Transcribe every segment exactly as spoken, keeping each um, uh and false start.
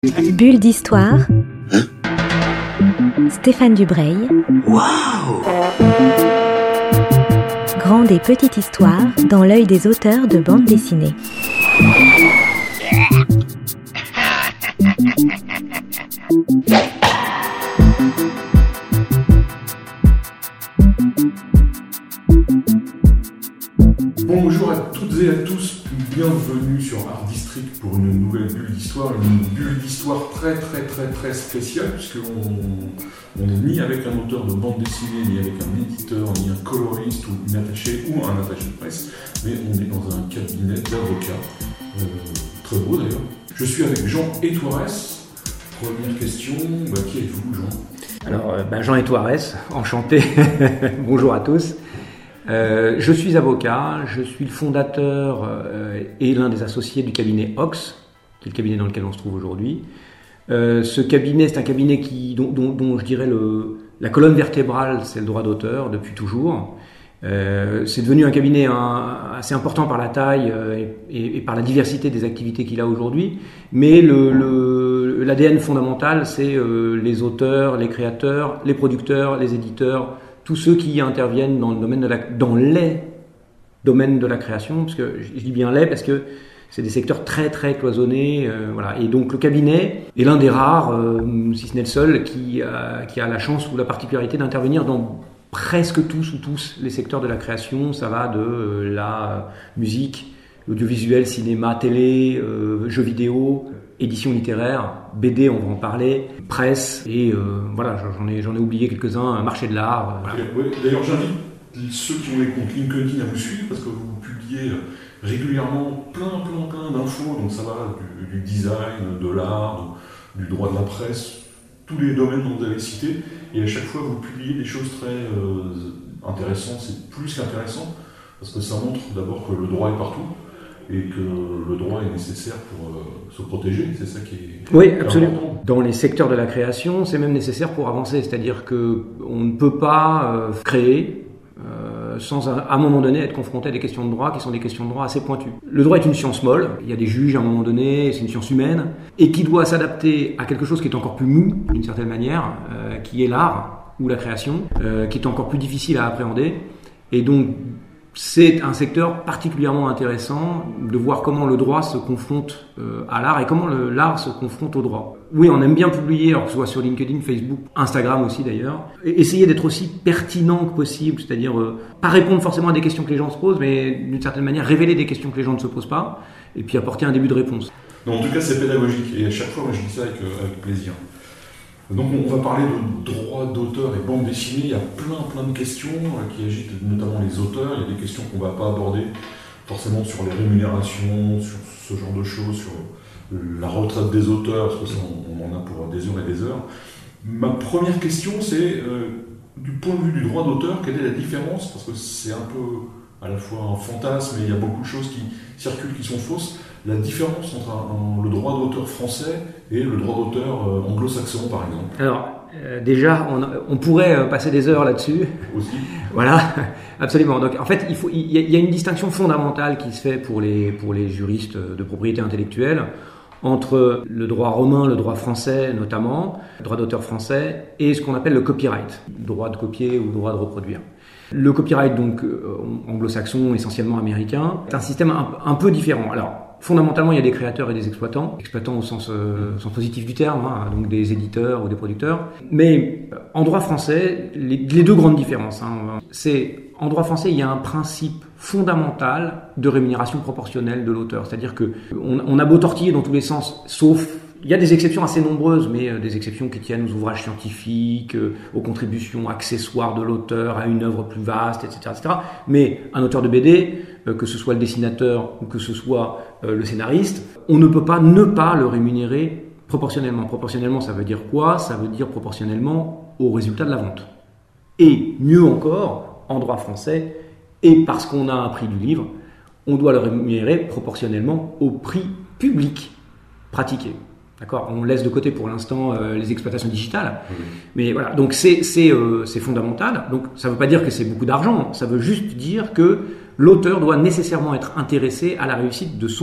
Bulle d'histoire. Hein? Stéphane Dubreuil. Waouh! Grande et petite histoire dans l'œil des auteurs de bande dessinée. Bonjour à toutes et à tous, bienvenue sur Art District pour une nouvelle bulle d'histoire, une bulle d'histoire très très très très spéciale puisqu'on n'est ni avec un auteur de bande dessinée, ni avec un éditeur, ni un coloriste ou une attachée ou un attaché de presse, mais on est dans un cabinet d'avocats, euh, très beau d'ailleurs. Je suis avec Jean Étoirès. Première question, bah, qui êtes-vous Jean? Alors, euh, ben Jean Étoirès, enchanté, bonjour à tous. Euh, je suis avocat, je suis le fondateur euh, et l'un des associés du cabinet Ox, qui est le cabinet dans lequel on se trouve aujourd'hui. Euh, ce cabinet, c'est un cabinet qui, dont, dont, dont je dirais le, la colonne vertébrale, c'est le droit d'auteur depuis toujours. Euh, c'est devenu un cabinet un, assez important par la taille euh, et, et par la diversité des activités qu'il a aujourd'hui, mais le, le, l'A D N fondamental, c'est euh, les auteurs, les créateurs, les producteurs, les éditeurs, tous ceux qui interviennent dans le domaine de la, dans les domaines de la création, parce que je dis bien les parce que c'est des secteurs très très cloisonnés, euh, voilà. Et donc le cabinet est l'un des rares, euh, si ce n'est le seul, qui a, qui a la chance ou la particularité d'intervenir dans presque tous ou tous les secteurs de la création. Ça va de euh, la musique, l'audiovisuel, cinéma, télé, euh, jeux vidéo, édition littéraire, B D, on va en parler, presse, et euh, voilà, j'en ai, j'en ai oublié quelques-uns, marché de l'art. Voilà. Oui, d'ailleurs, j'invite ceux qui ont les comptes LinkedIn à vous suivre parce que vous publiez régulièrement plein, plein, plein d'infos. Donc ça va du, du design, de l'art, du droit de la presse, tous les domaines dont vous avez cités. Et à chaque fois, vous publiez des choses très euh, intéressantes. C'est plus qu'intéressant parce que ça montre d'abord que le droit est partout et que le droit est nécessaire pour euh, se protéger, c'est ça qui est oui, important. Absolument. Dans les secteurs de la création, c'est même nécessaire pour avancer, c'est-à-dire que on ne peut pas euh, créer euh, sans à, à un moment donné être confronté à des questions de droit qui sont des questions de droit assez pointues. Le droit est une science molle, il y a des juges à un moment donné, c'est une science humaine, et qui doit s'adapter à quelque chose qui est encore plus mou, d'une certaine manière, euh, qui est l'art ou la création, euh, qui est encore plus difficile à appréhender, et donc c'est un secteur particulièrement intéressant de voir comment le droit se confronte euh, à l'art et comment le, l'art se confronte au droit. Oui, on aime bien publier, alors que ce soit sur LinkedIn, Facebook, Instagram aussi d'ailleurs, et essayer d'être aussi pertinent que possible, c'est-à-dire euh, pas répondre forcément à des questions que les gens se posent, mais d'une certaine manière révéler des questions que les gens ne se posent pas, et puis apporter un début de réponse. Non, en tout cas, c'est pédagogique, et à chaque fois, moi, je dis ça avec, euh, avec plaisir. Donc on va parler de droit d'auteur et bande dessinée, il y a plein plein de questions qui agitent notamment les auteurs, il y a des questions qu'on ne va pas aborder forcément sur les rémunérations, sur ce genre de choses, sur la retraite des auteurs, parce que ça on en a pour des heures et des heures. Ma première question c'est, euh, du point de vue du droit d'auteur, quelle est la différence? Parce que c'est un peu à la fois un fantasme et il y a beaucoup de choses qui circulent qui sont fausses. La différence entre un, un, le droit d'auteur français et le droit d'auteur euh, anglo-saxon, par exemple. Alors, euh, déjà, on, on pourrait euh, passer des heures là-dessus. Aussi. Voilà, absolument. Donc, en fait, il faut, il y, a, il y a une distinction fondamentale qui se fait pour les, pour les juristes de propriété intellectuelle entre le droit romain, le droit français notamment, le droit d'auteur français, et ce qu'on appelle le copyright, droit de copier ou droit de reproduire. Le copyright, donc euh, anglo-saxon, essentiellement américain, est un système un, un peu différent. Alors, fondamentalement, il y a des créateurs et des exploitants, exploitants au sens, euh, sens positif du terme, hein, donc des éditeurs ou des producteurs. Mais euh, en droit français, les, les deux grandes différences, hein, c'est en droit français, il y a un principe fondamental de rémunération proportionnelle de l'auteur. C'est-à-dire que on, on a beau tortiller dans tous les sens, sauf il y a des exceptions assez nombreuses, mais euh, des exceptions qui tiennent aux ouvrages scientifiques, euh, aux contributions accessoires de l'auteur à une œuvre plus vaste, et cetera, et cetera. Mais un auteur de B D, euh, que ce soit le dessinateur ou que ce soit euh, le scénariste, on ne peut pas ne pas le rémunérer proportionnellement. Proportionnellement, ça veut dire quoi? Ça veut dire proportionnellement au résultat de la vente. Et mieux encore, en droit français, et parce qu'on a un prix du livre, on doit le rémunérer proportionnellement au prix public pratiqué. D'accord, on laisse de côté pour l'instant euh, les exploitations digitales, mmh. mais voilà, donc c'est, c'est, euh, c'est fondamental. Donc ça ne veut pas dire que c'est beaucoup d'argent, ça veut juste dire que l'auteur doit nécessairement être intéressé à la réussite de son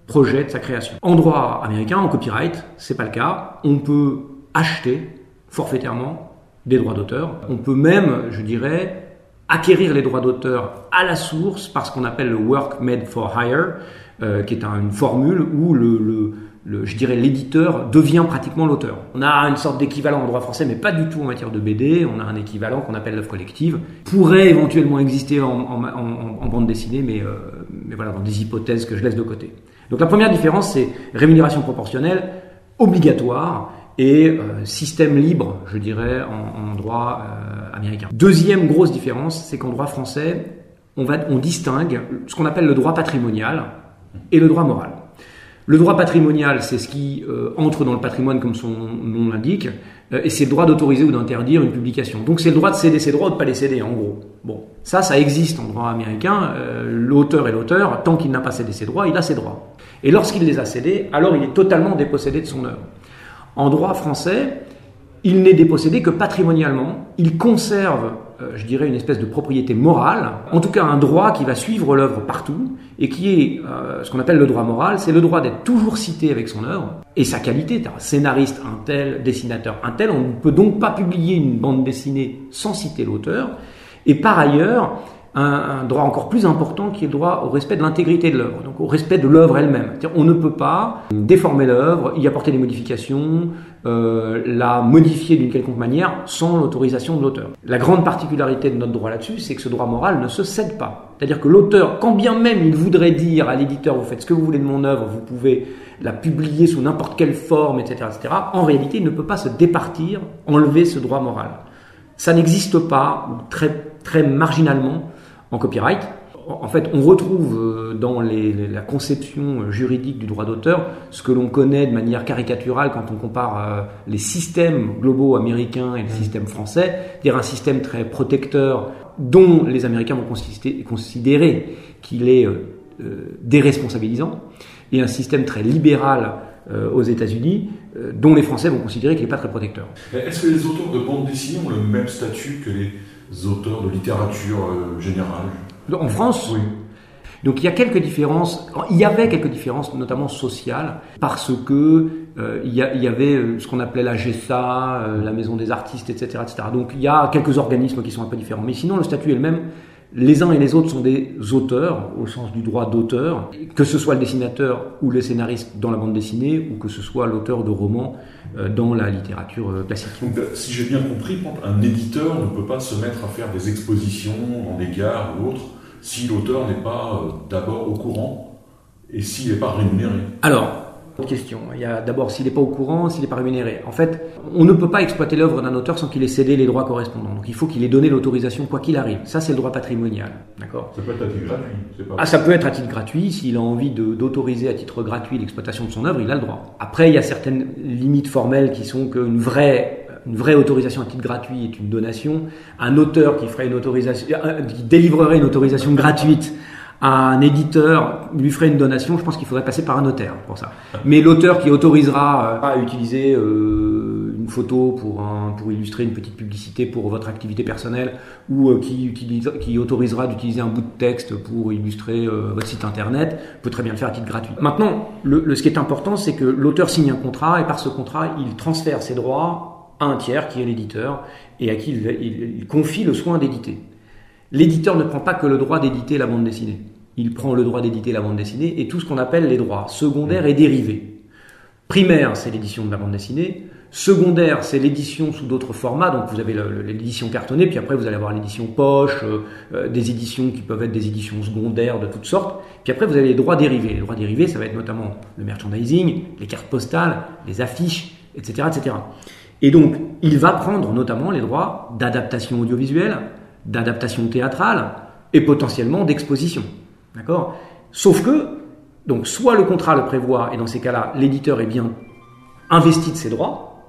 projet de sa création. En droit américain, en copyright, c'est pas le cas. On peut acheter forfaitairement des droits d'auteur. On peut même, je dirais, acquérir les droits d'auteur à la source par ce qu'on appelle le work made for hire, euh, qui est un, une formule où le, le, le, je dirais, l'éditeur devient pratiquement l'auteur. On a une sorte d'équivalent en droit français, mais pas du tout en matière de B D. On a un équivalent qu'on appelle l'œuvre collective, pourrait éventuellement exister en, en, en, en bande dessinée, mais, euh, mais voilà, dans des hypothèses que je laisse de côté. Donc la première différence, c'est rémunération proportionnelle obligatoire et euh, système libre, je dirais, en, en droit euh, américain. Deuxième grosse différence, c'est qu'en droit français, on, va, on distingue ce qu'on appelle le droit patrimonial et le droit moral. Le droit patrimonial, c'est ce qui euh, entre dans le patrimoine comme son nom l'indique, euh, et c'est le droit d'autoriser ou d'interdire une publication. Donc c'est le droit de céder ses droits ou de ne pas les céder, en gros. Bon, ça, ça existe en droit américain. Euh, l'auteur est l'auteur, tant qu'il n'a pas cédé ses droits, il a ses droits. Et lorsqu'il les a cédés, alors il est totalement dépossédé de son œuvre. En droit français, il n'est dépossédé que patrimonialement. Il conserve, euh, je dirais, une espèce de propriété morale, en tout cas un droit qui va suivre l'œuvre partout, et qui est euh, ce qu'on appelle le droit moral, c'est le droit d'être toujours cité avec son œuvre, et sa qualité, scénariste un tel, dessinateur un tel, on ne peut donc pas publier une bande dessinée sans citer l'auteur, et par ailleurs, un, un droit encore plus important qui est le droit au respect de l'intégrité de l'œuvre, donc au respect de l'œuvre elle-même. C'est-à-dire, on ne peut pas déformer l'œuvre, y apporter des modifications, euh, la modifier d'une quelconque manière sans l'autorisation de l'auteur. La grande particularité de notre droit là-dessus, c'est que ce droit moral ne se cède pas. C'est-à-dire que l'auteur, quand bien même il voudrait dire à l'éditeur, vous faites ce que vous voulez de mon œuvre, vous pouvez la publier sous n'importe quelle forme, et cetera, et cetera, en réalité, il ne peut pas se départir, enlever ce droit moral. Ça n'existe pas, ou très, très marginalement, en copyright. En fait, on retrouve dans les, les, la conception juridique du droit d'auteur ce que l'on connaît de manière caricaturale quand on compare euh, les systèmes globaux américains et le système français, c'est-à-dire un système très protecteur dont les Américains vont considérer qu'il est euh, déresponsabilisant, et un système très libéral euh, aux États-Unis euh, dont les Français vont considérer qu'il n'est pas très protecteur. Est-ce que les auteurs de bande dessinée ont le même statut que les auteurs de littérature euh, générale ? En France, oui. Donc il y a quelques différences, il y avait quelques différences notamment sociales, parce que euh, il, y a, il y avait ce qu'on appelait la G E S A, euh, la Maison des artistes, et cetera, et cetera. Donc il y a quelques organismes qui sont un peu différents, mais sinon le statut est le même. Les uns et les autres sont des auteurs, au sens du droit d'auteur, que ce soit le dessinateur ou le scénariste dans la bande dessinée, ou que ce soit l'auteur de romans euh, dans la littérature euh, classique. Donc, si j'ai bien compris, un éditeur ne peut pas se mettre à faire des expositions dans des gares ou autres si l'auteur n'est pas euh, d'abord au courant et s'il n'est pas rémunéré. Alors, autre question. Il y a d'abord s'il n'est pas au courant, s'il n'est pas rémunéré. En fait, on ne peut pas exploiter l'œuvre d'un auteur sans qu'il ait cédé les droits correspondants. Donc il faut qu'il ait donné l'autorisation quoi qu'il arrive. Ça, c'est le droit patrimonial. D'accord ? Ça peut être à titre gratuit. C'est pas... Ah, ça peut être à titre gratuit. S'il a envie de, d'autoriser à titre gratuit l'exploitation de son œuvre, il a le droit. Après, il y a certaines limites formelles qui sont qu'une vraie... Une vraie autorisation à titre gratuit est une donation. Un auteur qui ferait une autorisation, qui délivrerait une autorisation gratuite à un éditeur, lui ferait une donation, je pense qu'il faudrait passer par un notaire pour ça. Mais l'auteur qui autorisera à utiliser euh, une photo pour, un, pour illustrer une petite publicité pour votre activité personnelle, ou euh, qui, utilise, qui autorisera d'utiliser un bout de texte pour illustrer euh, votre site internet, peut très bien le faire à titre gratuit. Maintenant, le, le, ce qui est important, c'est que l'auteur signe un contrat, et par ce contrat, il transfère ses droits à un tiers qui est l'éditeur et à qui il, il, il confie le soin d'éditer. L'éditeur ne prend pas que le droit d'éditer la bande dessinée. Il prend le droit d'éditer la bande dessinée et tout ce qu'on appelle les droits secondaires et dérivés. Primaire, c'est l'édition de la bande dessinée. Secondaire, c'est l'édition sous d'autres formats. Donc vous avez le, l'édition cartonnée, puis après vous allez avoir l'édition poche, euh, des éditions qui peuvent être des éditions secondaires de toutes sortes. Puis après vous avez les droits dérivés. Les droits dérivés, ça va être notamment le merchandising, les cartes postales, les affiches, et cetera, et cetera. Et donc, il va prendre notamment les droits d'adaptation audiovisuelle, d'adaptation théâtrale et potentiellement d'exposition. D'accord ? Sauf que, donc, soit le contrat le prévoit, et dans ces cas-là, l'éditeur est bien investi de ses droits,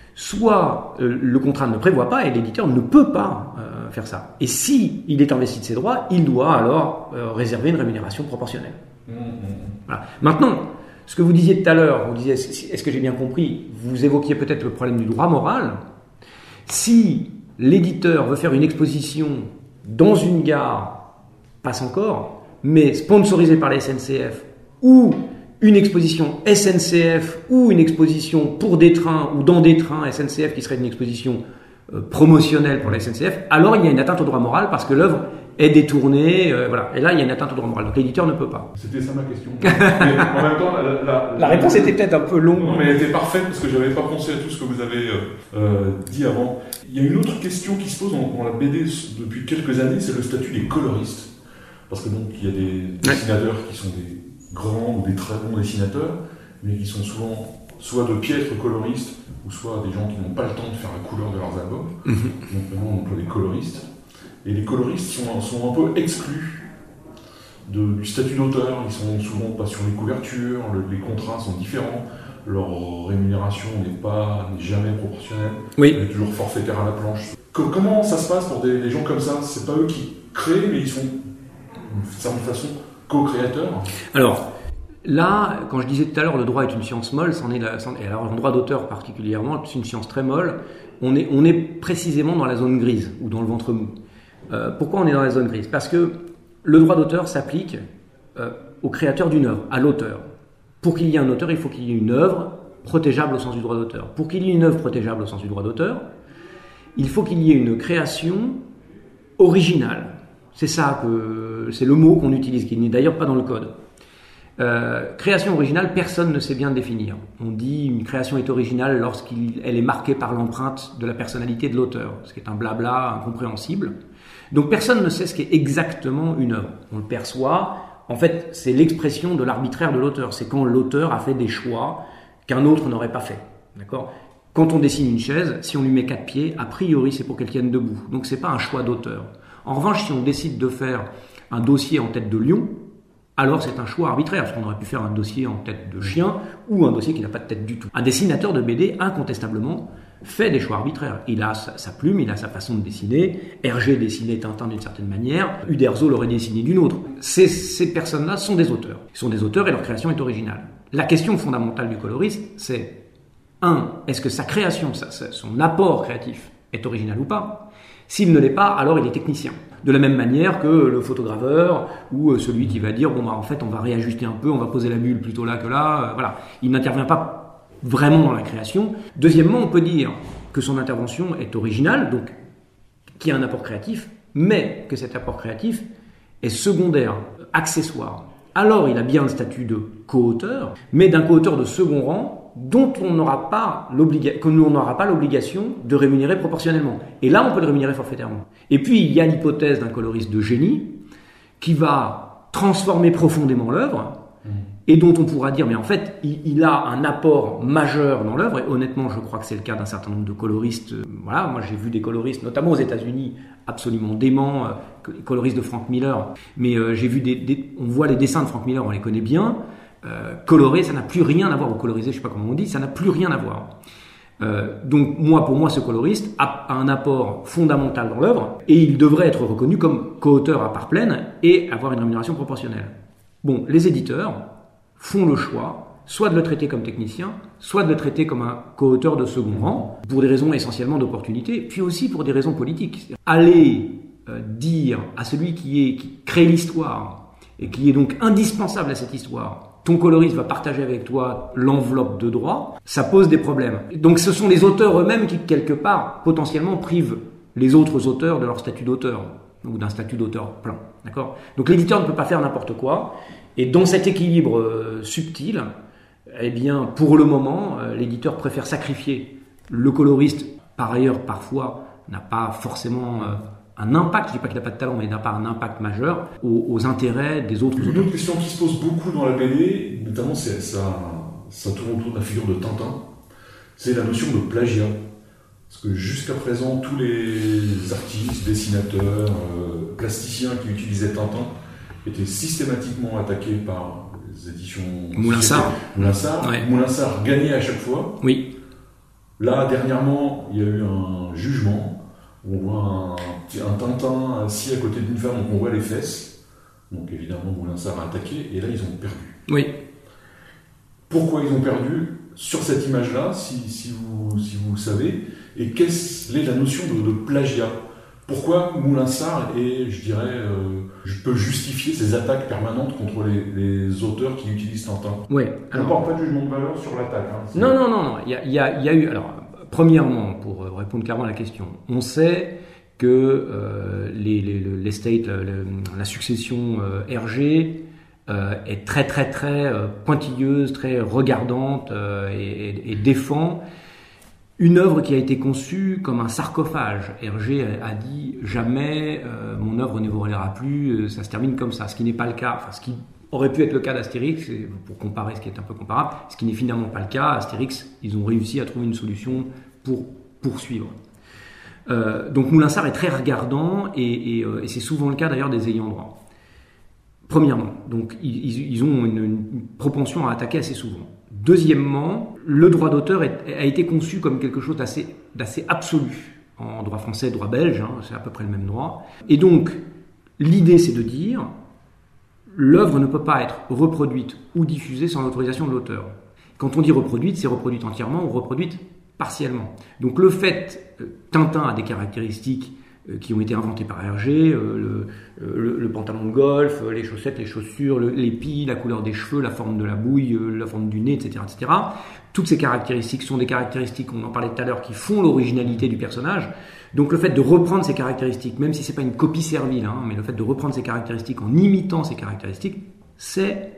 soit euh, le contrat ne le prévoit pas et l'éditeur ne peut pas euh, faire ça. Et si il est investi de ses droits, il doit alors euh, réserver une rémunération proportionnelle. Mmh, mmh. Voilà. Maintenant, ce que vous disiez tout à l'heure, vous disiez, est-ce que j'ai bien compris ? Vous évoquiez peut-être le problème du droit moral. Si l'éditeur veut faire une exposition dans une gare, passe encore, mais sponsorisée par la S N C F, ou une exposition S N C F ou une exposition pour des trains ou dans des trains S N C F qui serait une exposition euh, promotionnelle pour la S N C F, alors il y a une atteinte au droit moral parce que l'œuvre est détournée, euh, voilà. Et là, il y a une atteinte au droit moral. Donc l'éditeur ne peut pas. C'était ça ma question. Mais en même temps, la, la, la réponse était peut-être un peu longue. Non, mais elle était parfaite parce que je n'avais pas pensé à tout ce que vous avez euh, dit avant. Il y a une autre question qui se pose dans, dans la B D depuis quelques années, c'est le statut des coloristes. Parce que donc il y a des dessinateurs ouais. qui sont des grands ou des très bons dessinateurs, mais qui sont souvent soit de piètres coloristes, ou soit des gens qui n'ont pas le temps de faire la couleur de leurs albums. Mm-hmm. Donc maintenant on emploie les coloristes. Et les coloristes sont, sont un peu exclus de, du statut d'auteur. Ils sont souvent pas sur les couvertures, le, les contrats sont différents, leur rémunération n'est pas n'est jamais proportionnelle. Oui. Elle est toujours forfaitaire à la planche. Que, comment ça se passe pour des, des gens comme ça? C'est pas eux qui créent, mais ils sont d'une certaine façon co-créateurs. Alors là, quand je disais tout à l'heure, le droit est une science molle, c'en est la, c'en, et alors le droit d'auteur particulièrement, c'est une science très molle. On est, on est précisément dans la zone grise ou dans le ventre mou. Euh, pourquoi on est dans la zone grise? Parce que le droit d'auteur s'applique euh, au créateur d'une œuvre, à l'auteur. Pour qu'il y ait un auteur, il faut qu'il y ait une œuvre protégeable au sens du droit d'auteur. Pour qu'il y ait une œuvre protégeable au sens du droit d'auteur, il faut qu'il y ait une création originale. C'est ça que c'est le mot qu'on utilise, qui n'est d'ailleurs pas dans le code. Euh, création originale, personne ne sait bien définir. On dit une création est originale lorsqu'elle est marquée par l'empreinte de la personnalité de l'auteur, ce qui est un blabla incompréhensible. Donc personne ne sait ce qu'est exactement une œuvre. On le perçoit, en fait, c'est l'expression de l'arbitraire de l'auteur. C'est quand l'auteur a fait des choix qu'un autre n'aurait pas fait. D'accord ? Quand on dessine une chaise, si on lui met quatre pieds, a priori c'est pour qu'elle tienne debout. Donc c'est pas un choix d'auteur. En revanche, si on décide de faire un dossier en tête de lion, alors c'est un choix arbitraire, parce qu'on aurait pu faire un dossier en tête de chien ou un dossier qui n'a pas de tête du tout. Un dessinateur de B D, incontestablement, fait des choix arbitraires. Il a sa, sa plume, il a sa façon de dessiner. Hergé dessinait Tintin d'une certaine manière, Uderzo l'aurait dessiné d'une autre. Ces, ces personnes-là sont des auteurs. Ils sont des auteurs et leur création est originale. La question fondamentale du coloriste, c'est un, est-ce que sa création, sa, sa, son apport créatif est original ou pas? S'il ne l'est pas, alors il est technicien. De la même manière que le photograveur ou celui qui va dire bon bah en fait on va réajuster un peu, on va poser la bulle plutôt là que là. Euh, voilà, il n'intervient pas vraiment dans la création. Deuxièmement, on peut dire que son intervention est originale, donc qu'il y a un apport créatif, mais que cet apport créatif est secondaire, accessoire. Alors il a bien le statut de co-auteur, mais d'un co-auteur de second rang dont on n'aura pas l'obliga- que nous, on n'aura pas l'obligation de rémunérer proportionnellement. Et là, on peut le rémunérer forfaitairement. Et puis, il y a l'hypothèse d'un coloriste de génie qui va transformer profondément l'œuvre mmh. et dont on pourra dire, mais en fait, il, il a un apport majeur dans l'œuvre. Et honnêtement, je crois que c'est le cas d'un certain nombre de coloristes. Voilà, moi, j'ai vu des coloristes, notamment aux États-Unis, absolument déments, euh, les coloristes de Frank Miller. Mais euh, j'ai vu des, des, on voit les dessins de Frank Miller, on les connaît bien. Euh, coloré, ça n'a plus rien à voir, ou colorisé, je sais pas comment on dit, ça n'a plus rien à voir. Euh, donc moi, pour moi, ce coloriste a, a un apport fondamental dans l'œuvre et il devrait être reconnu comme co-auteur à part pleine et avoir une rémunération proportionnelle. Bon, les éditeurs font le choix soit de le traiter comme technicien, soit de le traiter comme un co-auteur de second rang, pour des raisons essentiellement d'opportunité, puis aussi pour des raisons politiques. Aller euh, dire à celui qui, est, qui crée l'histoire et qui est donc indispensable à cette histoire, ton coloriste va partager avec toi l'enveloppe de droit, ça pose des problèmes. Donc ce sont les auteurs eux-mêmes qui, quelque part, potentiellement privent les autres auteurs de leur statut d'auteur, ou d'un statut d'auteur plein. D'accord ? Donc l'éditeur ne peut pas faire n'importe quoi, et dans cet équilibre euh, subtil, eh bien, pour le moment, euh, l'éditeur préfère sacrifier le coloriste, par ailleurs, parfois, n'a pas forcément... Euh, un impact, je ne dis pas qu'il n'a pas de talent, mais il n'a pas un impact majeur aux, aux intérêts des autres auteurs. Une autre question qui se pose beaucoup dans la B D, notamment c'est, ça, ça tourne autour de la figure de Tintin, c'est la notion de plagiat. Parce que jusqu'à présent, tous les artistes, dessinateurs, euh, plasticiens qui utilisaient Tintin étaient systématiquement attaqués par les éditions... Moulinsart. Moulinsart. Ouais. Moulinsart gagnait à chaque fois. Oui. Là, dernièrement, il y a eu un jugement. On voit un, un Tintin assis à côté d'une femme, donc on voit les fesses. Donc évidemment, Moulinsart a attaqué, et là, ils ont perdu. Oui. Pourquoi ils ont perdu sur cette image-là, si, si, vous, si vous le savez, et quelle est la notion de, de plagiat? Pourquoi Moulinsart et je dirais, euh, je peux justifier ces attaques permanentes contre les, les auteurs qui utilisent Tintin? Oui. Alors, pas en fait jugement de valeur sur l'attaque. Hein, non, non, non, non. Il y a, il y a, il y a eu. Alors, premièrement, pour répondre clairement à la question, on sait que euh, les, les, l'estate, la, la succession euh, Hergé euh, est très, très, très euh, pointilleuse, très regardante euh, et, et, et défend une œuvre qui a été conçue comme un sarcophage. Hergé a dit « Jamais euh, mon œuvre ne vous relèvera plus, ça se termine comme ça », ce qui n'est pas le cas, enfin ce qui aurait pu être le cas d'Astérix, pour comparer ce qui est un peu comparable, ce qui n'est finalement pas le cas. Astérix, ils ont réussi à trouver une solution pour poursuivre. Euh, donc Moulinsart est très regardant, et, et, euh, et c'est souvent le cas d'ailleurs des ayants droit. Premièrement, donc ils, ils ont une, une propension à attaquer assez souvent. Deuxièmement, le droit d'auteur est, a été conçu comme quelque chose d'assez, d'assez absolu. En droit français, droit belge, hein, c'est à peu près le même droit. Et donc, l'idée c'est de dire, l'œuvre ne peut pas être reproduite ou diffusée sans l'autorisation de l'auteur. Quand on dit reproduite, c'est reproduite entièrement ou reproduite partiellement. Donc le fait, euh, Tintin a des caractéristiques euh, qui ont été inventées par Hergé, euh, le, le, le pantalon de golf, les chaussettes, les chaussures, le, l'épi, la couleur des cheveux, la forme de la bouille, euh, la forme du nez, et cetera, et cetera. Toutes ces caractéristiques sont des caractéristiques, on en parlait tout à l'heure, qui font l'originalité du personnage. Donc le fait de reprendre ces caractéristiques, même si c'est pas une copie servile, hein, mais le fait de reprendre ces caractéristiques en imitant ces caractéristiques, c'est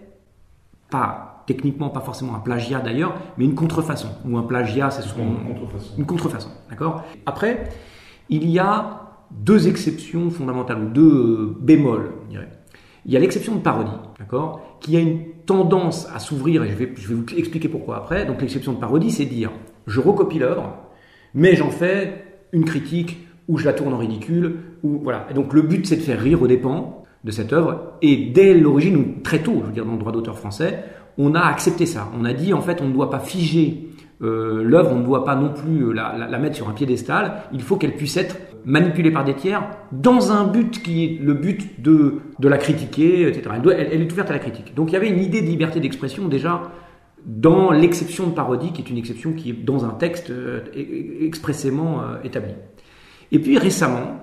pas techniquement pas forcément un plagiat d'ailleurs, mais une contrefaçon. Ou un plagiat, c'est souvent une contrefaçon. Une contrefaçon, d'accord ? Après, il y a deux exceptions fondamentales, ou deux euh, bémols, je dirais. Il y a l'exception de parodie, d'accord, qui a une tendance à s'ouvrir, et je vais, je vais vous expliquer pourquoi après. Donc l'exception de parodie, c'est dire, je recopie l'œuvre, mais j'en fais une critique, ou je la tourne en ridicule, ou voilà. Et donc le but, c'est de faire rire aux dépens de cette œuvre, et dès l'origine, ou très tôt, je veux dire dans le droit d'auteur français, on a accepté ça. On a dit, en fait, on ne doit pas figer euh, l'œuvre, on ne doit pas non plus la, la, la mettre sur un piédestal, il faut qu'elle puisse être manipulée par des tiers dans un but qui est le but de, de la critiquer, et cetera. Elle, doit, elle, elle est ouverte à la critique. Donc il y avait une idée de liberté d'expression déjà dans l'exception de parodie, qui est une exception qui est dans un texte euh, expressément euh, établi. Et puis récemment,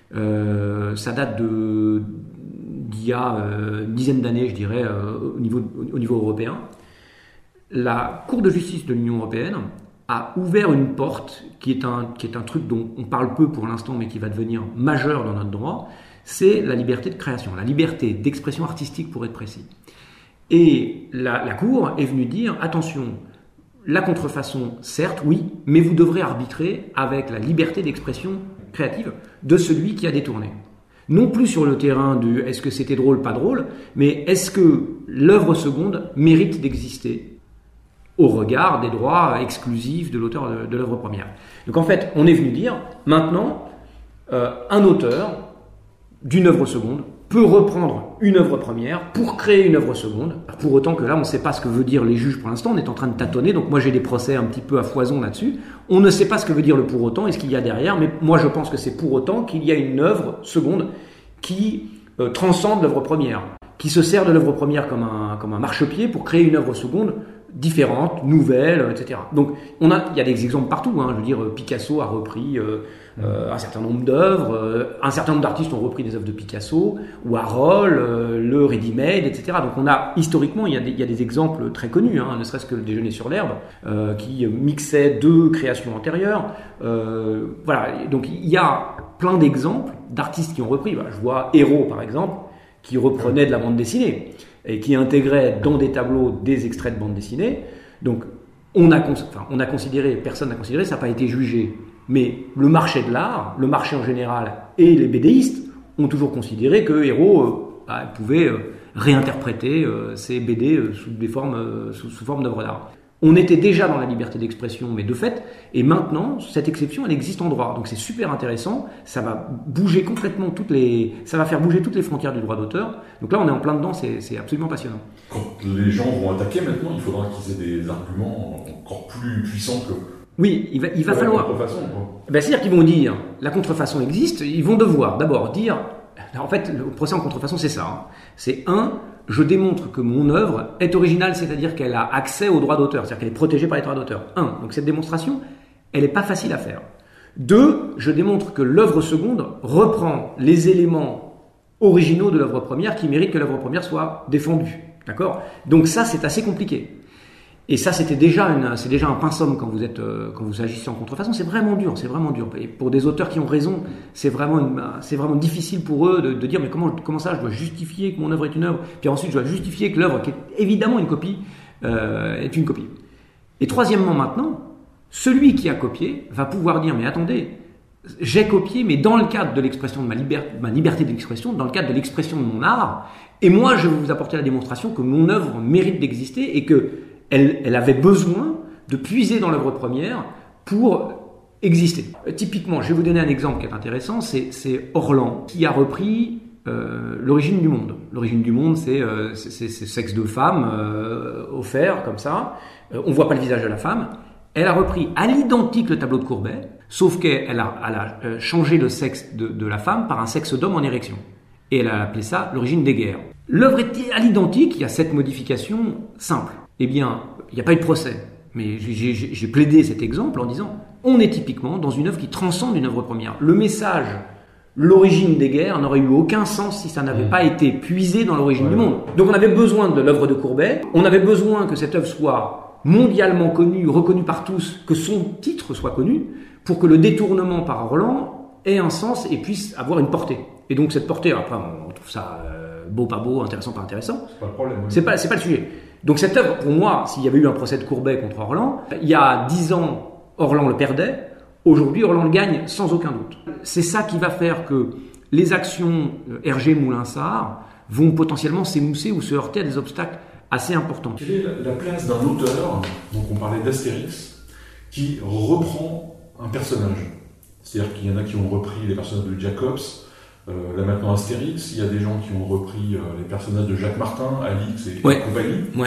euh, ça date de... d'il y a euh, une dizaine d'années, je dirais, euh, au, niveau, au niveau européen, la Cour de justice de l'Union européenne a ouvert une porte qui est un, qui est un truc dont on parle peu pour l'instant, mais qui va devenir majeur dans notre droit, c'est la liberté de création, la liberté d'expression artistique pour être précis. Et la, la Cour est venue dire, attention, la contrefaçon, certes, oui, mais vous devrez arbitrer avec la liberté d'expression créative de celui qui a détourné. Non plus sur le terrain du est-ce que c'était drôle, pas drôle, mais est-ce que l'œuvre seconde mérite d'exister au regard des droits exclusifs de l'auteur de, de l'œuvre première. Donc en fait, on est venu dire, maintenant, euh, un auteur d'une œuvre seconde peut reprendre une œuvre première pour créer une œuvre seconde, pour autant que là, on ne sait pas ce que veut dire les juges pour l'instant, on est en train de tâtonner, donc moi j'ai des procès un petit peu à foison là-dessus, on ne sait pas ce que veut dire le pour autant et ce qu'il y a derrière, mais moi je pense que c'est pour autant qu'il y a une œuvre seconde qui euh, transcende l'œuvre première, qui se sert de l'œuvre première comme un, comme un marchepied pour créer une œuvre seconde différentes, nouvelles, et cetera. Donc, on a, il y a des exemples partout. Hein. Je veux dire, Picasso a repris euh, euh, un certain nombre d'œuvres, euh, un certain nombre d'artistes ont repris des œuvres de Picasso, Warhol, euh, le ready-made, et cetera. Donc, on a historiquement, il y a des, il y a des exemples très connus, hein, ne serait-ce que le Déjeuner sur l'herbe, euh, qui mixait deux créations antérieures. Euh, voilà. Donc, il y a plein d'exemples d'artistes qui ont repris. Bah, je vois Hérault, par exemple, qui reprenait de la bande dessinée et qui intégrait dans des tableaux des extraits de bande dessinée. Donc, on a, cons- enfin, on a considéré, personne n'a considéré, ça n'a pas été jugé, mais le marché de l'art, le marché en général et les bédéistes ont toujours considéré que Hérault euh, bah, pouvait euh, réinterpréter euh, ces B D euh, sous des formes, euh, sous, sous forme d'œuvres d'art. On était déjà dans la liberté d'expression, mais de fait, et maintenant, cette exception, elle existe en droit. Donc c'est super intéressant, ça va bouger complètement toutes les... ça va faire bouger toutes les frontières du droit d'auteur. Donc là, on est en plein dedans, c'est, c'est absolument passionnant. Quand les gens vont attaquer maintenant, il faudra qu'ils aient des arguments encore plus puissants que... Oui, il va, il va falloir... Contrefaçon, quoi. Ben, c'est-à-dire qu'ils vont dire, la contrefaçon existe, ils vont devoir d'abord dire... En fait, le procès en contrefaçon, c'est ça. Hein. C'est un... je démontre que mon œuvre est originale, c'est-à-dire qu'elle a accès aux droits d'auteur, c'est-à-dire qu'elle est protégée par les droits d'auteur. Un, donc cette démonstration, elle n'est pas facile à faire. Deux, je démontre que l'œuvre seconde reprend les éléments originaux de l'œuvre première qui méritent que l'œuvre première soit défendue. D'accord ? Donc ça, c'est assez compliqué. Et ça, c'était déjà, une, c'est déjà un pinceau quand vous êtes, euh, quand vous agissez en contrefaçon. C'est vraiment dur, c'est vraiment dur. Et pour des auteurs qui ont raison, c'est vraiment, une, c'est vraiment difficile pour eux de, de dire mais comment, comment ça, je dois justifier que mon œuvre est une œuvre, puis ensuite je dois justifier que l'œuvre, qui est évidemment une copie, euh, est une copie. Et troisièmement, maintenant, celui qui a copié va pouvoir dire mais attendez, j'ai copié, mais dans le cadre de l'expression de ma, liber- ma liberté d'expression, dans le cadre de l'expression de mon art, et moi je vais vous apporter la démonstration que mon œuvre mérite d'exister et que Elle, elle avait besoin de puiser dans l'œuvre première pour exister. Euh, typiquement, je vais vous donner un exemple qui est intéressant, c'est, c'est Orlan qui a repris euh, L'origine du monde. L'origine du monde, c'est, euh, c'est, c'est, c'est sexe de femme euh, offert comme ça. Euh, on ne voit pas le visage de la femme. Elle a repris à l'identique le tableau de Courbet, sauf qu'elle a, elle a euh, changé le sexe de, de la femme par un sexe d'homme en érection. Et elle a appelé ça L'origine des guerres. L'œuvre est à l'identique, il y a cette modification simple. Eh bien, il n'y a pas eu de procès, mais j'ai, j'ai, j'ai plaidé cet exemple en disant on est typiquement dans une œuvre qui transcende une œuvre première. Le message, l'origine des guerres, n'aurait eu aucun sens si ça n'avait mmh. pas été puisé dans l'origine ouais. du monde. Donc on avait besoin de l'œuvre de Courbet, on avait besoin que cette œuvre soit mondialement connue, reconnue par tous, que son titre soit connu, pour que le détournement par Orlan ait un sens et puisse avoir une portée. Et donc cette portée, après on trouve ça euh, beau, pas beau, intéressant, pas intéressant. C'est pas le problème. Oui. C'est pas, c'est pas le sujet. Donc cette œuvre, pour moi, s'il y avait eu un procès de Courbet contre Orlan, il y a dix ans, Orlan le perdait. Aujourd'hui, Orlan le gagne sans aucun doute. C'est ça qui va faire que les actions Hergé Moulinsart vont potentiellement s'émousser ou se heurter à des obstacles assez importants. Quelle est la place d'un auteur, donc on parlait d'Astérix, qui reprend un personnage ? C'est-à-dire qu'il y en a qui ont repris les personnages de Jacobs, euh, là maintenant Astérix, il y a des gens qui ont repris euh, les personnages de Jacques Martin, Alix et ouais. compagnie. Ouais.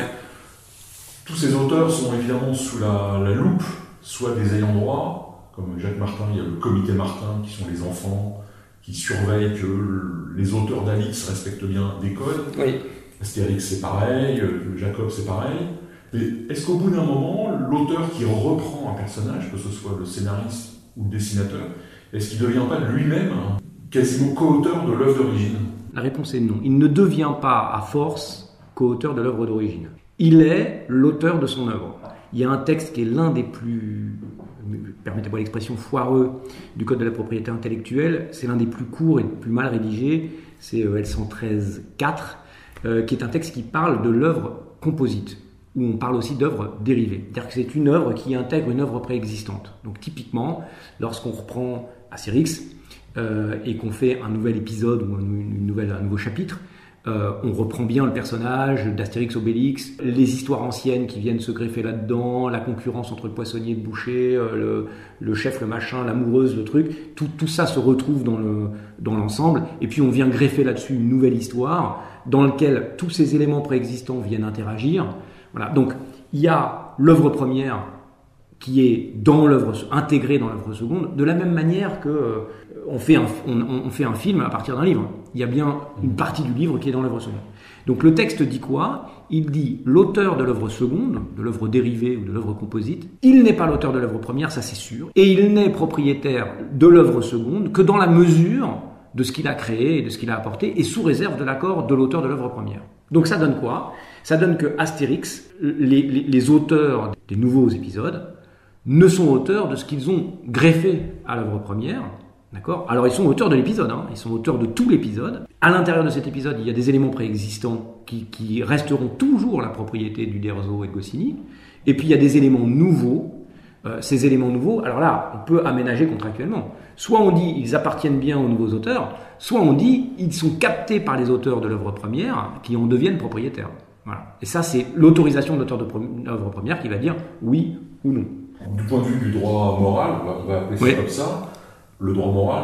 Tous ces auteurs sont évidemment sous la, la loupe, soit des ayants droit, comme Jacques Martin, il y a le comité Martin, qui sont les enfants, qui surveillent que les auteurs d'Alix respectent bien des codes. Oui. Astérix c'est pareil, Jacob c'est pareil. Mais est-ce qu'au bout d'un moment, l'auteur qui reprend un personnage, que ce soit le scénariste ou le dessinateur, est-ce qu'il ne devient pas lui-même quasiment co-auteur de l'œuvre d'origine ? La réponse est non. Il ne devient pas à force co-auteur de l'œuvre d'origine. Il est l'auteur de son œuvre. Il y a un texte qui est l'un des plus, permettez-moi l'expression, foireux du Code de la propriété intellectuelle. C'est l'un des plus courts et des plus mal rédigés. C'est L cent treize quatre, euh, qui est un texte qui parle de l'œuvre composite, où on parle aussi d'œuvre dérivée. C'est-à-dire que c'est une œuvre qui intègre une œuvre préexistante. Donc typiquement, lorsqu'on reprend Astérix euh, et qu'on fait un nouvel épisode ou une, une nouvelle, un nouveau chapitre, euh, on reprend bien le personnage d'Astérix Obélix, les histoires anciennes qui viennent se greffer là-dedans, la concurrence entre le poissonnier et le boucher, euh, le, le chef, le machin, l'amoureuse, le truc, tout, tout ça se retrouve dans, le, dans l'ensemble, et puis on vient greffer là-dessus une nouvelle histoire dans laquelle tous ces éléments préexistants viennent interagir. Voilà. Donc il y a l'œuvre première qui est dans l'œuvre, intégrée dans l'œuvre seconde, de la même manière que euh, on, fait un, on, on fait un film à partir d'un livre. Il y a bien une partie du livre qui est dans l'œuvre seconde. Donc le texte dit quoi ? Il dit l'auteur de l'œuvre seconde, de l'œuvre dérivée ou de l'œuvre composite, il n'est pas l'auteur de l'œuvre première, ça c'est sûr, et il n'est propriétaire de l'œuvre seconde que dans la mesure de ce qu'il a créé et de ce qu'il a apporté, et sous réserve de l'accord de l'auteur de l'œuvre première. Donc ça donne quoi ? Ça donne que Astérix, les, les, les auteurs des nouveaux épisodes, ne sont auteurs de ce qu'ils ont greffé à l'œuvre première, d'accord ? Alors ils sont auteurs de l'épisode, hein, ils sont auteurs de tout l'épisode. À l'intérieur de cet épisode, il y a des éléments préexistants qui, qui resteront toujours la propriété d'Uderzo et de Goscinny, et puis il y a des éléments nouveaux. Euh, ces éléments nouveaux, alors là, on peut aménager contractuellement. Soit on dit ils appartiennent bien aux nouveaux auteurs, soit on dit ils sont captés par les auteurs de l'œuvre première qui en deviennent propriétaires. Voilà. Et ça, c'est l'autorisation de l'auteur de l'œuvre première qui va dire oui ou non. Du point de vue du droit moral, on va, on va appeler ça oui. comme ça, le droit moral,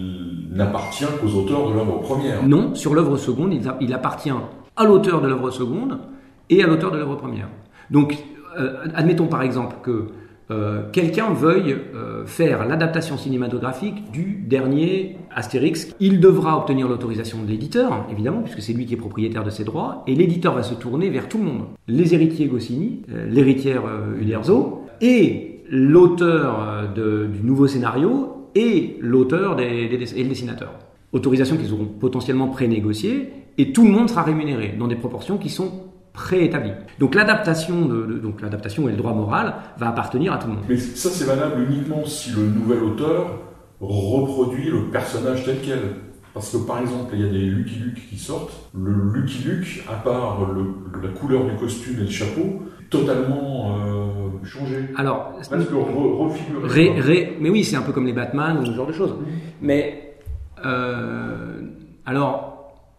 il n'appartient qu'aux auteurs de l'œuvre première. Non, sur l'œuvre seconde, il, il appartient à l'auteur de l'œuvre seconde et à l'auteur de l'œuvre première. Donc, euh, admettons par exemple que euh, quelqu'un veuille euh, faire l'adaptation cinématographique du dernier Astérix. Il devra obtenir l'autorisation de l'éditeur, évidemment, puisque c'est lui qui est propriétaire de ses droits, et l'éditeur va se tourner vers tout le monde. Les héritiers Goscinny, euh, l'héritière euh, Uderzo, et l'auteur de, du nouveau scénario et l'auteur des, des, et le dessinateur. Autorisation qu'ils auront potentiellement pré-négociée, et tout le monde sera rémunéré dans des proportions qui sont préétablies. Donc l'adaptation, de, de, donc l'adaptation et le droit moral va appartenir à tout le monde. Mais ça, c'est valable uniquement si le nouvel auteur reproduit le personnage tel quel. Parce que par exemple, il y a des Lucky Luke qui sortent. Le Lucky Luke, à part le, la couleur du costume et le chapeau, totalement euh, changé. Alors, presque re, refiguré. Ré, ré, mais oui, c'est un peu comme les Batman ou ce genre de choses. Mais euh, alors.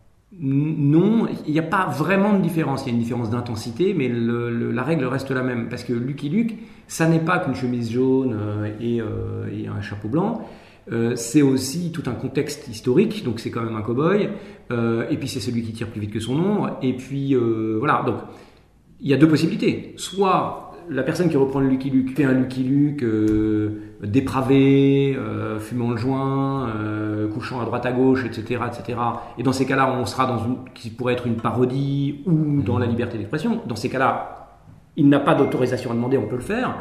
Non, il n'y a pas vraiment de différence. Il y a une différence d'intensité, mais le, le, la règle reste la même. Parce que Lucky Luke, ça n'est pas qu'une chemise jaune euh, et, euh, et un chapeau blanc. Euh, c'est aussi tout un contexte historique. Donc c'est quand même un cow-boy. Euh, et puis c'est celui qui tire plus vite que son ombre. Et puis euh, voilà. Donc il y a deux possibilités. Soit la personne qui reprend le Lucky Luke fait un Lucky Luke euh, dépravé, euh, fumant le joint, euh, couchant à droite à gauche, et cetera, et cetera. Et dans ces cas-là, on sera dans une qui pourrait être une parodie ou dans la liberté d'expression. Dans ces cas-là, il n'a pas d'autorisation à demander, on peut le faire.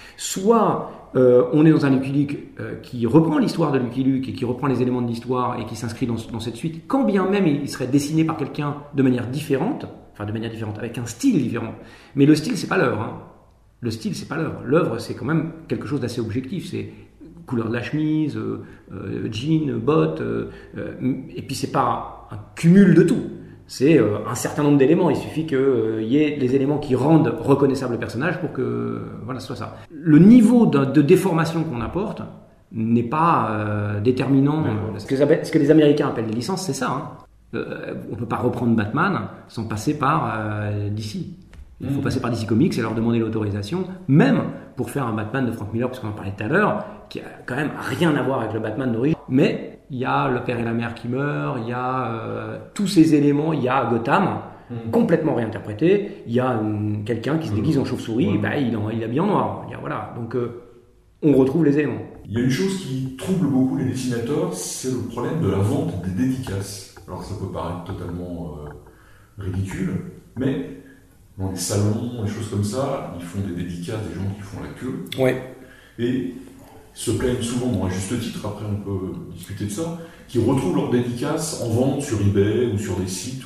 Soit euh, on est dans un Lucky Luke euh, qui reprend l'histoire de Lucky Luke et qui reprend les éléments de l'histoire et qui s'inscrit dans, dans cette suite, quand bien même il serait dessiné par quelqu'un de manière différente, enfin de manière différente, avec un style différent. Mais le style, c'est pas l'œuvre, hein. Le style, c'est pas l'œuvre. L'œuvre, c'est quand même quelque chose d'assez objectif. C'est couleur de la chemise, euh, euh, jean, bottes, euh, euh, et puis c'est pas un cumul de tout. C'est euh, un certain nombre d'éléments. Il suffit qu'il euh, y ait les éléments qui rendent reconnaissable le personnage pour que euh, voilà, ce soit ça. Le niveau de, de déformation qu'on apporte n'est pas euh, déterminant. Euh, ce, que, ce que les Américains appellent les licences, c'est ça. Hein. Euh, on peut pas reprendre Batman sans passer par euh, D C. Il faut passer par D C Comics et leur demander l'autorisation, même pour faire un Batman de Frank Miller, parce qu'on en parlait tout à l'heure, qui a quand même rien à voir avec le Batman d'origine. Mais il y a le père et la mère qui meurent, il y a euh, tous ces éléments, il y a Gotham, mmh. complètement réinterprété, il y a euh, quelqu'un qui se déguise en chauve-souris, mmh. et ben, il, en, il est habillé en noir. Il y a, voilà. Donc euh, on retrouve les éléments. Il y a une chose qui trouble beaucoup les dessinateurs, c'est le problème de la vente des dédicaces. Alors ça peut paraître totalement euh, ridicule, mais dans les salons, des choses comme ça, ils font des dédicaces, des gens qui font la queue. Ouais. Et se plaignent souvent, bon, à juste titre, après on peut discuter de ça, qui retrouvent leurs dédicaces en vente sur eBay ou sur des sites.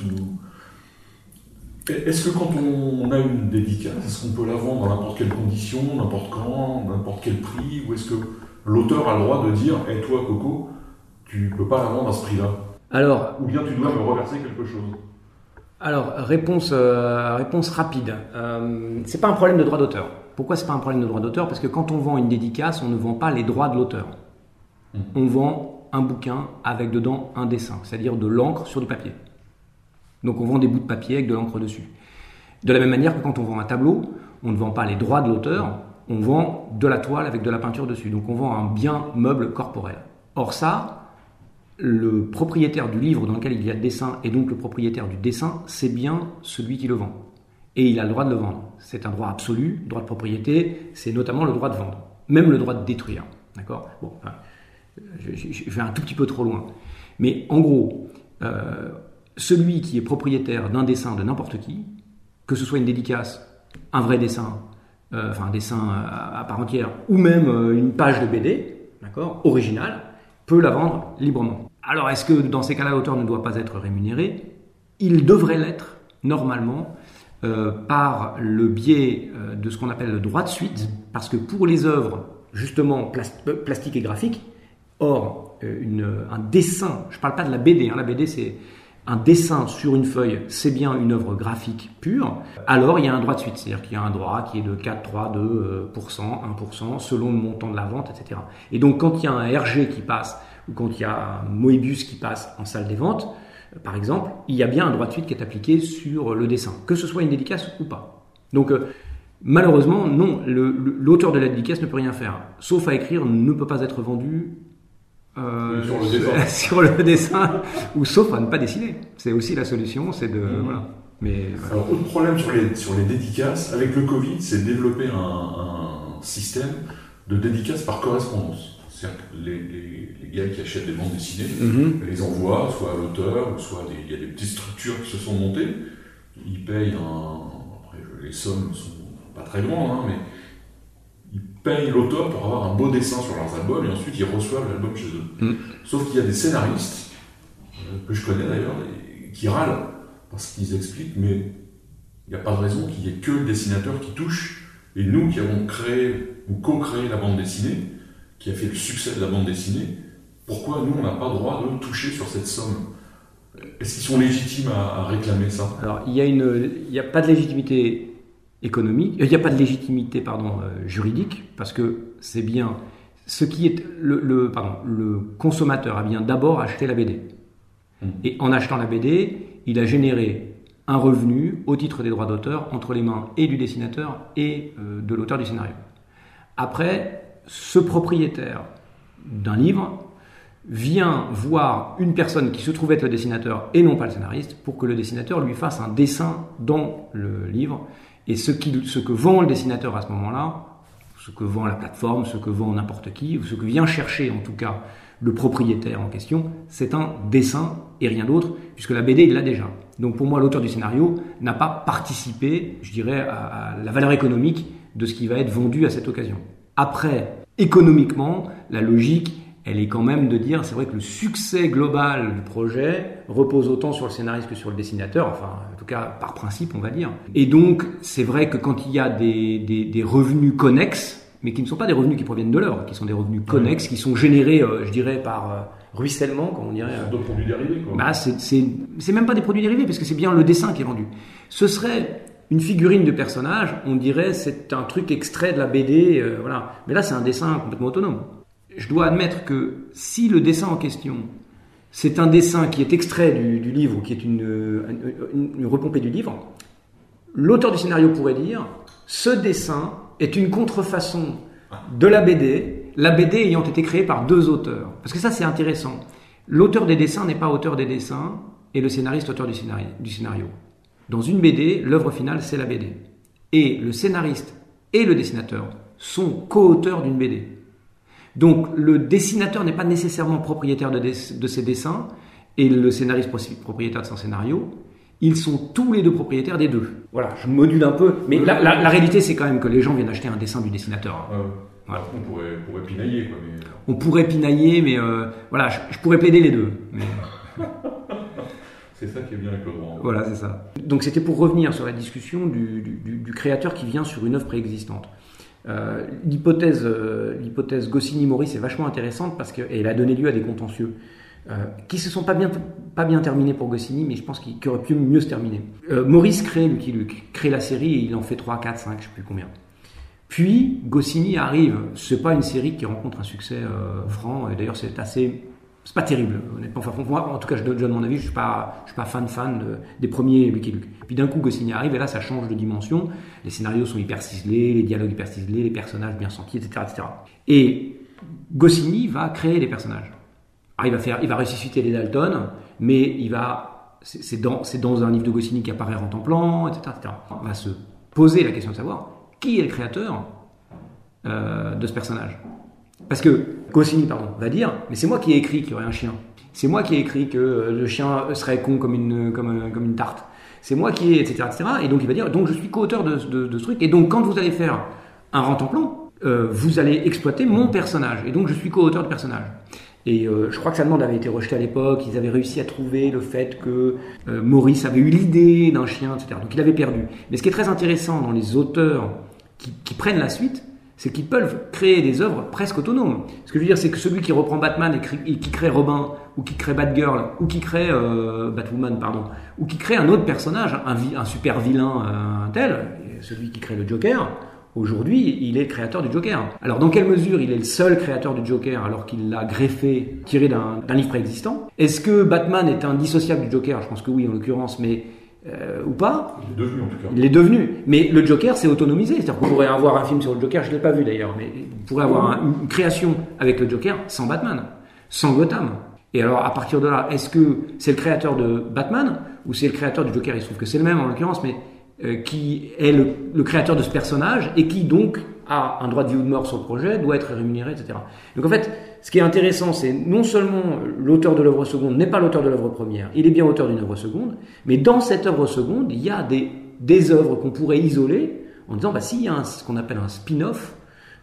Ou... Est-ce que quand on a une dédicace, est-ce qu'on peut la vendre dans n'importe quelle condition, n'importe quand, n'importe quel prix, ou est-ce que l'auteur a le droit de dire « Hé, hey, toi, Coco, tu peux pas la vendre à ce prix-là » Alors, ou bien tu dois me reverser quelque chose? Alors, réponse, euh, réponse rapide. Euh, c'est pas un problème de droit d'auteur. Pourquoi c'est pas un problème de droit d'auteur? Parce que quand on vend une dédicace, on ne vend pas les droits de l'auteur. Mmh. On vend un bouquin avec dedans un dessin, c'est-à-dire de l'encre sur du papier. Donc on vend des bouts de papier avec de l'encre dessus. De la même manière que quand on vend un tableau, on ne vend pas les droits de l'auteur, on vend de la toile avec de la peinture dessus. Donc on vend un bien meuble corporel. Or ça, le propriétaire du livre dans lequel il y a le dessin et donc le propriétaire du dessin, c'est bien celui qui le vend. Et il a le droit de le vendre. C'est un droit absolu, droit de propriété, c'est notamment le droit de vendre. Même le droit de détruire. D'accord ? Bon, enfin, je, je, je vais un tout petit peu trop loin. Mais en gros, euh, celui qui est propriétaire d'un dessin de n'importe qui, que ce soit une dédicace, un vrai dessin, euh, enfin un dessin à, à part entière, ou même euh, une page de B D, d'accord, originale, peut la vendre librement. Alors, est-ce que dans ces cas-là, l'auteur ne doit pas être rémunéré ? Il devrait l'être, normalement, euh, par le biais euh, de ce qu'on appelle le droit de suite, parce que pour les œuvres, justement, plast- euh, plastiques et graphiques, or, euh, une, un dessin, je ne parle pas de la B D, hein, la B D c'est un dessin sur une feuille, c'est bien une œuvre graphique pure, alors il y a un droit de suite, c'est-à-dire qu'il y a un droit qui est de quatre, trois, deux pour cent, un pour cent, selon le montant de la vente, et cetera. Et donc quand il y a un R G qui passe, ou quand il y a un Moebius qui passe en salle des ventes, par exemple, il y a bien un droit de suite qui est appliqué sur le dessin, que ce soit une dédicace ou pas. Donc euh, malheureusement, non, le, le, l'auteur de la dédicace ne peut rien faire, sauf à écrire ne peut pas être vendu Euh, sur, le dessin. sur le dessin, ou sauf à ne pas dessiner. C'est aussi la solution, c'est de... Mmh. Voilà. Mais, voilà. Alors, autre problème sur les, sur les dédicaces, avec le Covid, c'est développer un, un système de dédicaces par correspondance. C'est-à-dire que les, les, les gars qui achètent des bandes dessinées, mmh. les envoient soit à l'auteur, soit des, il y a des petites structures qui se sont montées, ils payent un... Après, les sommes ne sont pas très grandes, hein, mais ils payent l'auteur pour avoir un beau dessin sur leurs albums et ensuite ils reçoivent l'album chez eux. Mm. Sauf qu'il y a des scénaristes, euh, que je connais d'ailleurs, qui râlent parce qu'ils expliquent, mais il n'y a pas de raison qu'il n'y ait que le dessinateur qui touche, et nous qui avons créé ou co-créé la bande dessinée, qui a fait le succès de la bande dessinée, pourquoi nous on n'a pas le droit de toucher sur cette somme ? Est-ce qu'ils sont légitimes à, à réclamer ça ? Alors il y a une, il n'y a pas de légitimité économique, il n'y a pas de légitimité pardon euh, juridique, parce que c'est bien ce qui est le, le pardon le consommateur a bien d'abord acheté la B D, mmh. et en achetant la B D, il a généré un revenu au titre des droits d'auteur entre les mains et du dessinateur et euh, de l'auteur du scénario. Après, ce propriétaire d'un livre vient voir une personne qui se trouve être le dessinateur et non pas le scénariste pour que le dessinateur lui fasse un dessin dans le livre. Et ce, qui, ce que vend le dessinateur à ce moment-là, ce que vend la plateforme, ce que vend n'importe qui, ou ce que vient chercher en tout cas le propriétaire en question, c'est un dessin et rien d'autre, puisque la B D il l'a déjà. Donc pour moi, l'auteur du scénario n'a pas participé, je dirais, à, à la valeur économique de ce qui va être vendu à cette occasion. Après, économiquement, la logique, elle est quand même de dire, c'est vrai que le succès global du projet repose autant sur le scénariste que sur le dessinateur, enfin, en tout cas, par principe, on va dire. Et donc, c'est vrai que quand il y a des, des, des revenus connexes, mais qui ne sont pas des revenus qui proviennent de l'œuvre, qui sont des revenus connexes, qui sont générés, euh, je dirais, par euh, ruissellement, comme on dirait. Euh, de produits dérivés, quoi. Bah, c'est, c'est, c'est même pas des produits dérivés, parce que c'est bien le dessin qui est vendu. Ce serait une figurine de personnage, on dirait, c'est un truc extrait de la B D, euh, voilà. Mais là, c'est un dessin complètement autonome. Je dois admettre que si le dessin en question, c'est un dessin qui est extrait du, du livre, ou qui est une, une, une repompée du livre, l'auteur du scénario pourrait dire, ce dessin est une contrefaçon de la B D, la B D ayant été créée par deux auteurs. Parce que ça, c'est intéressant. L'auteur des dessins n'est pas auteur des dessins, et le scénariste auteur du scénario. Du scénario. Dans une B D, l'œuvre finale, c'est la B D. Et le scénariste et le dessinateur sont co-auteurs d'une B D. Donc, le dessinateur n'est pas nécessairement propriétaire de, des, de ses dessins, et le scénariste propriétaire de son scénario. Ils sont tous les deux propriétaires des deux. Voilà, je module un peu, mais la, la, la réalité, c'est quand même que les gens viennent acheter un dessin du dessinateur. Euh, voilà. On pourrait, pourrait pinailler, quoi. Mais... On pourrait pinailler, mais euh, voilà, je, je pourrais plaider les deux. Mais... c'est ça qui est bien avec le droit. Voilà, c'est ça. Donc, c'était pour revenir sur la discussion du, du, du créateur qui vient sur une œuvre préexistante. Euh, l'hypothèse, euh, l'hypothèse Goscinny-Maurice est vachement intéressante parce qu'elle a donné lieu à des contentieux. Euh, qui se sont pas bien, pas bien terminés pour Goscinny, mais je pense qu'ils auraient pu mieux se terminer. Euh, Maurice crée Lucky Luke, crée la série et il en fait trois, quatre, cinq, je sais plus combien. Puis Goscinny arrive, c'est pas une série qui rencontre un succès euh, franc, et d'ailleurs c'est assez, c'est pas terrible, honnêtement. Enfin, moi, en tout cas, je donne, je donne mon avis, je suis pas, je suis pas fan fan de, des premiers Lucky Luke. Puis d'un coup, Goscinny arrive et là, ça change de dimension. Les scénarios sont hyper ciselés, les dialogues hyper ciselés, les personnages bien sentis, et cetera, et cetera. Et Goscinny va créer des personnages. Alors, il va faire, il va ressusciter les Dalton, mais il va, c'est, c'est, dans, c'est dans un livre de Goscinny qui apparaît en temps-plan, et cetera, et cetera. On va se poser la question de savoir qui est le créateur euh, de ce personnage. Parce que Goscinny, pardon, va dire, mais c'est moi qui ai écrit qu'il y aurait un chien. C'est moi qui ai écrit que le chien serait con comme une, comme, comme une tarte. C'est moi qui ai, et cetera, et cetera. Et donc il va dire, donc je suis co-auteur de, de, de ce truc. Et donc quand vous allez faire un rent-en-plan, euh, vous allez exploiter mon personnage. Et donc je suis co-auteur du personnage. Et euh, je crois que sa demande avait été rejetée à l'époque. Ils avaient réussi à trouver le fait que euh, Maurice avait eu l'idée d'un chien, et cetera. Donc il avait perdu. Mais ce qui est très intéressant dans les auteurs qui, qui prennent la suite, c'est qu'ils peuvent créer des œuvres presque autonomes. Ce que je veux dire, c'est que celui qui reprend Batman et, crée, et qui crée Robin, ou qui crée Batgirl, ou qui crée euh, Batwoman, pardon, ou qui crée un autre personnage, un, un super vilain euh, un tel, celui qui crée le Joker, aujourd'hui, il est le créateur du Joker. Alors, dans quelle mesure il est le seul créateur du Joker alors qu'il l'a greffé, tiré d'un, d'un livre préexistant ? Est-ce que Batman est indissociable du Joker ? Je pense que oui, en l'occurrence, mais... Euh, ou pas. Il est devenu en tout cas. Il est devenu. Mais le Joker s'est autonomisé. C'est-à-dire qu'on pourrait avoir un film sur le Joker, je ne l'ai pas vu d'ailleurs, mais on pourrait avoir un, une création avec le Joker sans Batman, sans Gotham. Et alors, à partir de là, est-ce que c'est le créateur de Batman ou c'est le créateur du Joker ? Il se trouve que c'est le même en l'occurrence, mais euh, qui est le, le créateur de ce personnage et qui donc a un droit de vie ou de mort sur le projet, doit être rémunéré, et cetera. Donc en fait, ce qui est intéressant, c'est non seulement l'auteur de l'œuvre seconde n'est pas l'auteur de l'œuvre première, il est bien auteur d'une œuvre seconde, mais dans cette œuvre seconde, il y a des, des œuvres qu'on pourrait isoler en disant, bah s'il y a un, ce qu'on appelle un spin-off,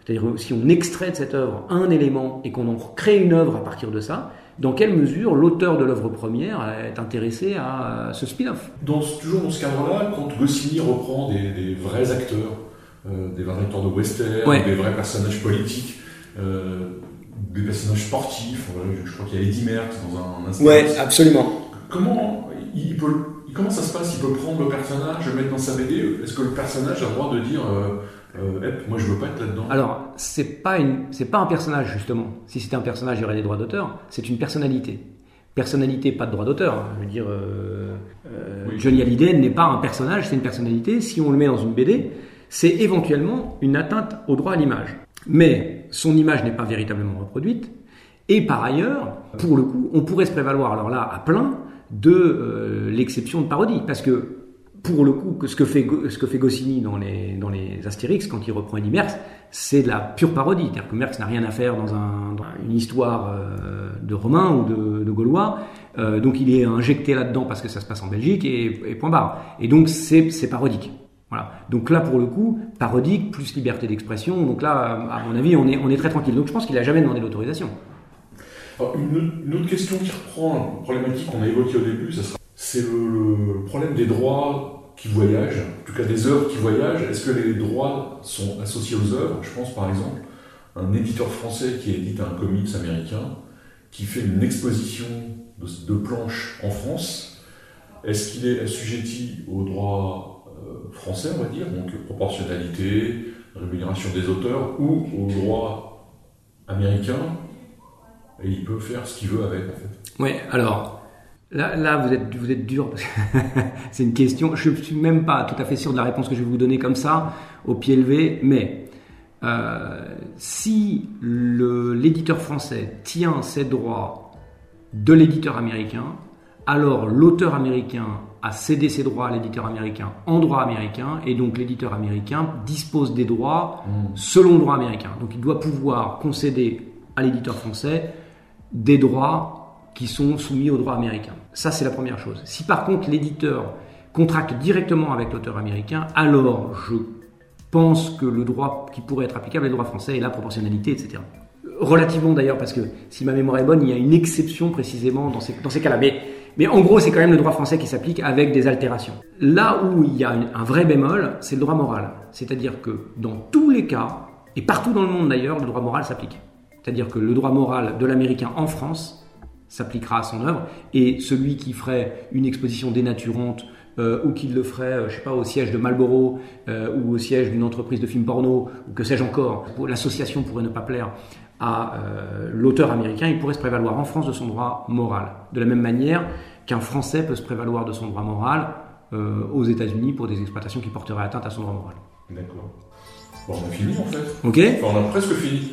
c'est-à-dire si on extrait de cette œuvre un élément et qu'on en crée une œuvre à partir de ça, dans quelle mesure l'auteur de l'œuvre première est intéressé à ce spin-off? Dans, toujours dans ce cadre-là, quand Goscinny reprend des, des vrais acteurs, euh, des vrais acteurs de western, ouais. des vrais personnages politiques, euh, des personnages sportifs, je crois qu'il y a Eddy Merckx dans un instant. Oui, absolument. Comment, il peut, comment ça se passe? Il peut prendre le personnage, le mettre dans sa B D? Est-ce que le personnage a le droit de dire euh, euh, hey, moi je veux pas être là-dedans? Alors, c'est pas, une, c'est pas un personnage justement. Si c'était un personnage, il y aurait des droits d'auteur. C'est une personnalité. Personnalité, pas de droit d'auteur. Je veux dire, euh, euh, oui. Johnny Hallyday n'est pas un personnage, c'est une personnalité. Si on le met dans une B D, c'est éventuellement une atteinte au droit à l'image. Mais son image n'est pas véritablement reproduite. Et par ailleurs, pour le coup, on pourrait se prévaloir, alors là, à plein, de euh, l'exception de parodie. Parce que, pour le coup, ce que fait, ce que fait Goscinny dans les, dans les Astérix, quand il reprend Eddy Merckx, c'est de la pure parodie. C'est-à-dire que Merckx n'a rien à faire dans, un, dans une histoire euh, de Romains ou de, de Gaulois. Euh, donc il est injecté là-dedans parce que ça se passe en Belgique et, et point barre. Et donc c'est, c'est parodique. Voilà. Donc là, pour le coup, parodique plus liberté d'expression. Donc là, à mon avis, on est, on est très tranquille. Donc je pense qu'il n'a jamais demandé l'autorisation. Alors, une, une autre question qui reprend une problématique qu'on a évoquée au début, ça sera, c'est le, le problème des droits qui voyagent, en tout cas des œuvres qui voyagent. Est-ce que les droits sont associés aux œuvres? Je pense par exemple à un éditeur français qui édite un comics américain, qui fait une exposition de, de planches en France. Est-ce qu'il est assujetti aux droits euh, français, on va dire, donc proportionnalité, rémunération des auteurs, ou aux droits américains? Et il peut faire ce qu'il veut avec, en fait. Oui, alors, là, là vous êtes, vous êtes dur, parce que c'est une question, je ne suis même pas tout à fait sûr de la réponse que je vais vous donner comme ça, au pied levé, mais euh, si le, l'éditeur français tient ses droits de l'éditeur américain, alors l'auteur américain a cédé ses droits à l'éditeur américain en droit américain, et donc l'éditeur américain dispose des droits mmh. selon le droit américain. Donc il doit pouvoir concéder à l'éditeur français des droits qui sont soumis au droit américain. Ça, c'est la première chose. Si par contre l'éditeur contracte directement avec l'auteur américain, alors je pense que le droit qui pourrait être applicable est le droit français et la proportionnalité, et cetera. Relativement d'ailleurs, parce que si ma mémoire est bonne, il y a une exception précisément dans ces, dans ces cas-là. Mais, mais en gros, c'est quand même le droit français qui s'applique avec des altérations. Là où il y a une, un vrai bémol, c'est le droit moral. C'est-à-dire que dans tous les cas, et partout dans le monde d'ailleurs, le droit moral s'applique. C'est-à-dire que le droit moral de l'américain en France s'appliquera à son œuvre, et celui qui ferait une exposition dénaturante euh, ou qui le ferait, euh, je sais pas, au siège de Marlboro euh, ou au siège d'une entreprise de films porno, ou que sais-je encore, l'association pourrait ne pas plaire à euh, l'auteur américain, il pourrait se prévaloir en France de son droit moral. De la même manière qu'un Français peut se prévaloir de son droit moral euh, aux États-Unis pour des exploitations qui porteraient atteinte à son droit moral. D'accord. Bon, on a fini en fait. Ok. Enfin, on a presque fini.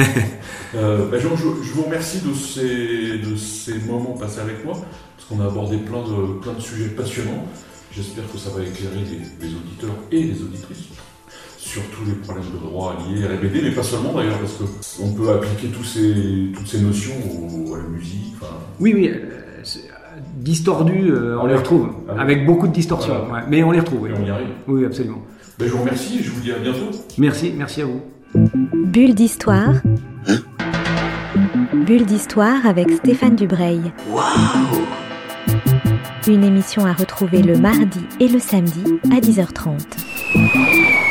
euh, bah, Jean, je, je vous remercie de ces, de ces moments passés avec moi, parce qu'on a abordé plein de, plein de sujets passionnants. J'espère que ça va éclairer les, les auditeurs et les auditrices sur tous les problèmes de droit liés à la B D, mais pas seulement d'ailleurs, parce qu'on peut appliquer tous ces, toutes ces notions au, à la musique. Enfin... Oui, oui. Euh, distordus, euh, on les retrouve, avec, avec beaucoup de distorsions, voilà. Ouais, mais on les retrouve. Oui. Et on y arrive. Oui, absolument. Ben, je vous remercie et je vous dis à bientôt. Merci, merci à vous. Bulle d'histoire. Hein? Bulle d'histoire avec Stéphane Dubreuil. Waouh! Une émission à retrouver le mardi et le samedi à dix heures trente.